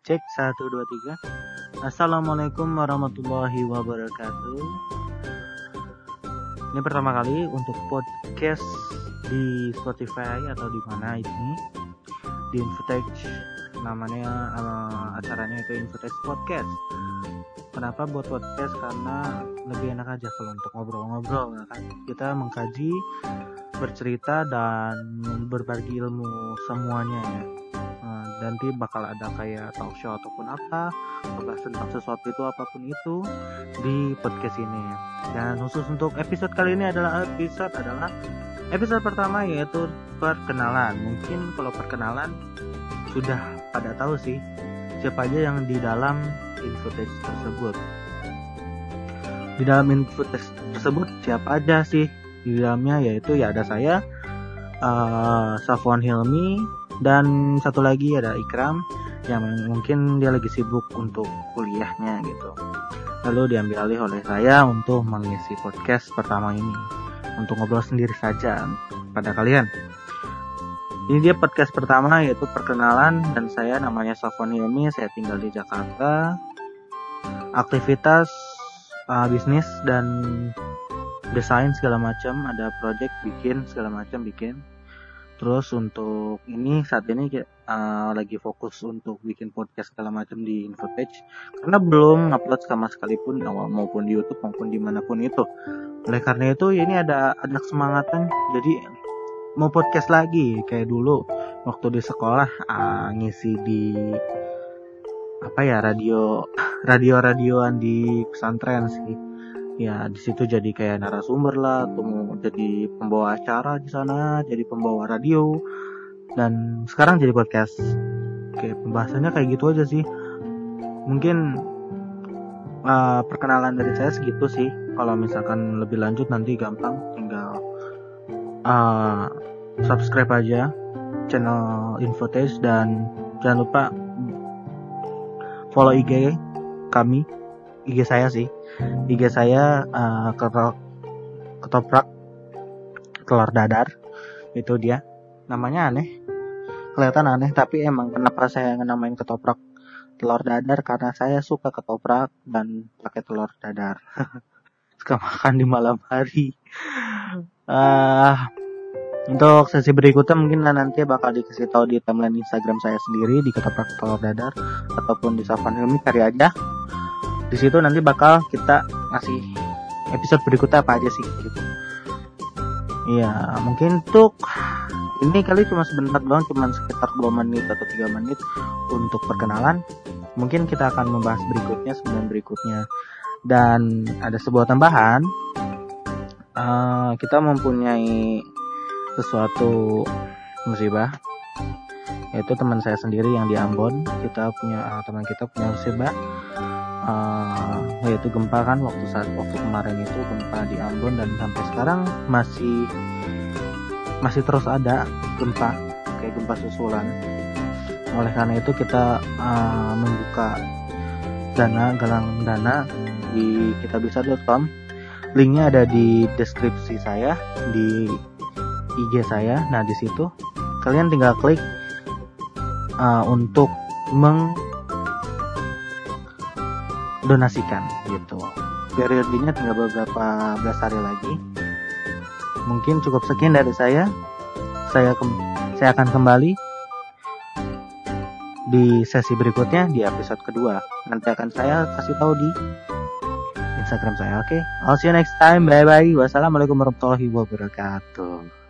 Cek 1 2 3. Assalamualaikum warahmatullahi wabarakatuh. Ini pertama kali untuk podcast di Spotify atau di mana ini, di Infotech. Namanya acaranya itu Infotech Podcast. Kenapa buat podcast? Karena lebih enak aja kalau untuk ngobrol-ngobrol, kan? Kita mengkaji, bercerita dan berbagi ilmu semuanya ya. Nanti bakal ada kayak talk show ataupun apa, membahas tentang sesuatu itu apapun itu di podcast ini. Dan khusus untuk episode kali ini adalah episode pertama, yaitu perkenalan. Mungkin kalau perkenalan sudah pada tahu sih siapa aja yang di dalam Infotech tersebut. Di dalam Infotech tersebut siapa aja sih di dalamnya, yaitu ya ada saya, Safwan Hilmi, dan satu lagi ada Ikram yang mungkin dia lagi sibuk untuk kuliahnya gitu. Lalu diambil alih oleh saya untuk mengisi podcast pertama ini, untuk ngobrol sendiri saja pada kalian. Ini dia podcast pertama, yaitu perkenalan, dan saya namanya Safwan Hilmi, saya tinggal di Jakarta. Aktivitas bisnis dan desain segala macam, ada project bikin segala macam bikin. Terus untuk ini saat ini lagi fokus untuk bikin podcast segala macam di Infotech, karena belum upload sama sekali pun, maupun di YouTube maupun dimanapun itu. Oleh karena itu ini ada semangatan, jadi mau podcast lagi kayak dulu waktu di sekolah, ngisi di radioan di pesantren sih. Ya di situ jadi kayak narasumber lah, atau mau jadi pembawa acara di sana, jadi pembawa radio, dan sekarang jadi podcast. Kayak pembahasannya kayak gitu aja sih. Mungkin perkenalan dari saya segitu sih. Kalau misalkan lebih lanjut nanti gampang, tinggal subscribe aja channel Infotech, dan jangan lupa follow IG kami, IG saya sih. IG saya ketoprak telur dadar, itu dia. Namanya aneh, kelihatan aneh, tapi emang kenapa saya namain ketoprak telur dadar, karena saya suka ketoprak dan pakai telur dadar. Suka makan di malam hari. Untuk sesi berikutnya mungkin nanti bakal dikasih tahu di timeline Instagram saya sendiri, di ketoprak telur dadar, ataupun di Safwan Hilmi, cari aja. Di situ nanti bakal kita ngasih episode berikutnya apa aja sih gitu. Iya, mungkin untuk ini kali cuma sebentar doang, cuma sekitar 2 menit atau 3 menit untuk perkenalan. Mungkin kita akan membahas segmen berikutnya. Dan ada sebuah tambahan, kita mempunyai sesuatu musibah, yaitu teman saya sendiri yang di Ambon. Teman kita punya musibah, yaitu gempa kan, waktu kemarin itu gempa di Ambon, dan sampai sekarang masih terus ada gempa, kayak gempa susulan. Oleh karena itu kita membuka galang dana di kitabisa.com. Linknya ada di deskripsi saya, di IG saya. Nah di situ kalian tinggal klik untuk donasikan gitu. Periodenya tinggal beberapa belas hari lagi. Mungkin cukup sekian dari saya. Saya akan kembali di sesi berikutnya, di episode kedua. Nanti akan saya kasih tahu di Instagram saya. Oke, I'll see you next time. Bye bye. Wassalamualaikum warahmatullahi wabarakatuh.